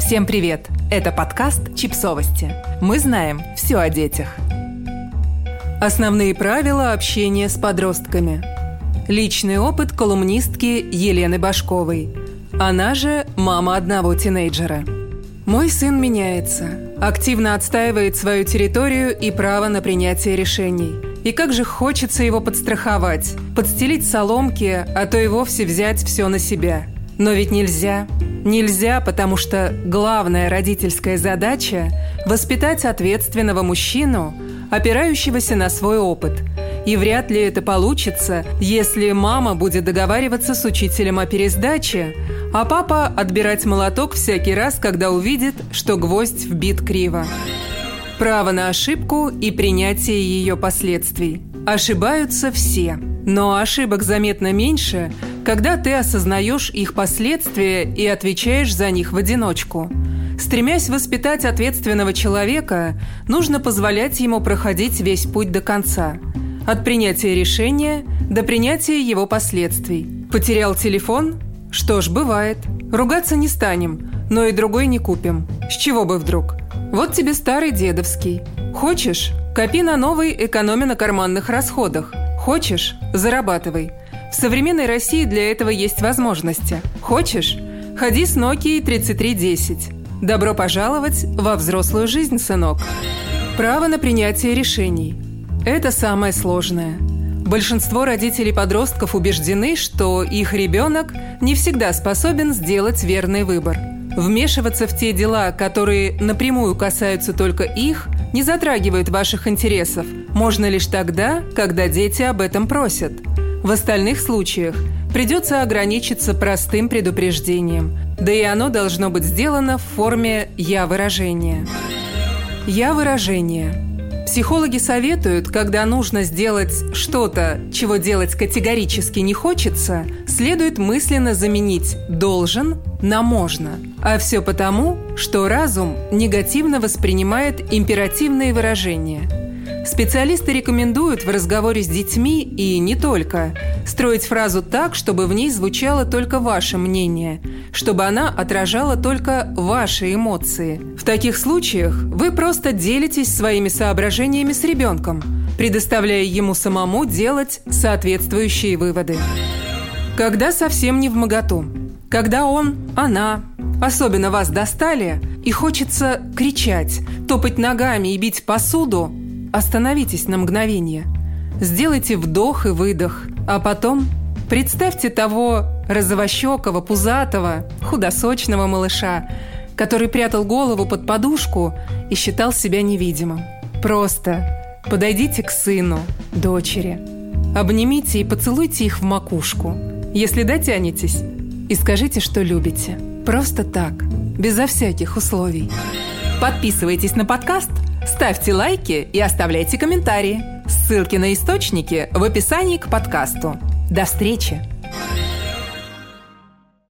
Всем привет! Это подкаст «Чипсовости». Мы знаем все о детях. Основные правила общения с подростками. Личный опыт колумнистки Елены Башковой. Она же мама одного тинейджера. Мой сын меняется. Активно отстаивает свою территорию и право на принятие решений. И как же хочется его подстраховать, подстелить соломки, а то и вовсе взять все на себя. Но ведь нельзя. Нельзя, потому что главная родительская задача – воспитать ответственного мужчину, опирающегося на свой опыт. И вряд ли это получится, если мама будет договариваться с учителем о пересдаче, а папа отбирать молоток всякий раз, когда увидит, что гвоздь вбит криво. Право на ошибку и принятие ее последствий. Ошибаются все, но ошибок заметно меньше, когда ты осознаешь их последствия и отвечаешь за них в одиночку. Стремясь воспитать ответственного человека, нужно позволять ему проходить весь путь до конца. От принятия решения до принятия его последствий. Потерял телефон? Что ж, бывает. Ругаться не станем, но и другой не купим. С чего бы вдруг? Вот тебе старый дедовский. Хочешь? Копи на новый, экономя на карманных расходах. Хочешь? Зарабатывай. В современной России для этого есть возможности. Хочешь? Ходи с Nokia 3310. Добро пожаловать во взрослую жизнь, сынок. Право на принятие решений. Это самое сложное. Большинство родителей-подростков убеждены, что их ребенок не всегда способен сделать верный выбор. Вмешиваться в те дела, которые напрямую касаются только их, не затрагивают ваших интересов, можно лишь тогда, когда дети об этом просят. В остальных случаях придется ограничиться простым предупреждением, да и оно должно быть сделано в форме «я-выражения». «Я-выражение». Психологи советуют, когда нужно сделать что-то, чего делать категорически не хочется, следует мысленно заменить «должен» на «можно». А все потому, что разум негативно воспринимает императивные выражения. Специалисты рекомендуют в разговоре с детьми, и не только, строить фразу так, чтобы в ней звучало только ваше мнение, чтобы она отражала только ваши эмоции. В таких случаях вы просто делитесь своими соображениями с ребенком, предоставляя ему самому делать соответствующие выводы. Когда совсем не вмоготу, когда он, она, особенно вас достали, и хочется кричать, топать ногами и бить посуду, остановитесь на мгновение. Сделайте вдох и выдох, а потом представьте того розовощекого, пузатого, худосочного малыша, который прятал голову под подушку и считал себя невидимым. Просто подойдите к сыну, дочери, обнимите и поцелуйте их в макушку, если дотянетесь, и скажите, что любите. Просто так, безо всяких условий. Подписывайтесь на подкаст, ставьте лайки и оставляйте комментарии. Ссылки на источники в описании к подкасту. До встречи!